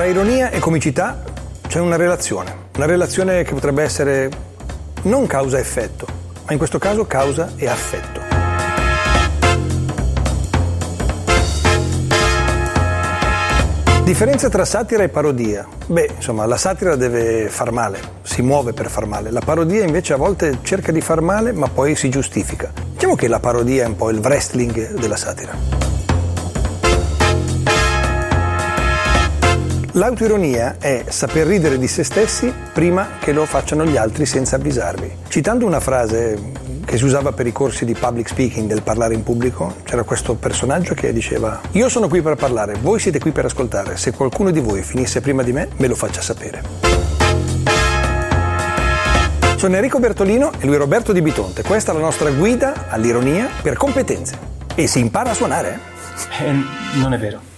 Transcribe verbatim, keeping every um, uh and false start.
Tra ironia e comicità c'è una relazione, una relazione che potrebbe essere non causa-effetto, ma in questo caso causa e affetto. Differenza tra satira e parodia. Beh, insomma, la satira deve far male, si muove per far male. La parodia invece a volte cerca di far male, ma poi si giustifica. Diciamo che la parodia è un po' il wrestling della satira. L'autoironia è saper ridere di se stessi prima che lo facciano gli altri senza avvisarvi. Citando una frase che si usava per i corsi di public speaking, del parlare in pubblico, c'era questo personaggio che diceva: io sono qui per parlare, voi siete qui per ascoltare, se qualcuno di voi finisse prima di me me lo faccia sapere. Sono Enrico Bertolino e lui è Roberto Di Bitonte. Questa è la nostra guida all'ironia per competenze. E si impara a suonare? Eh, non è vero.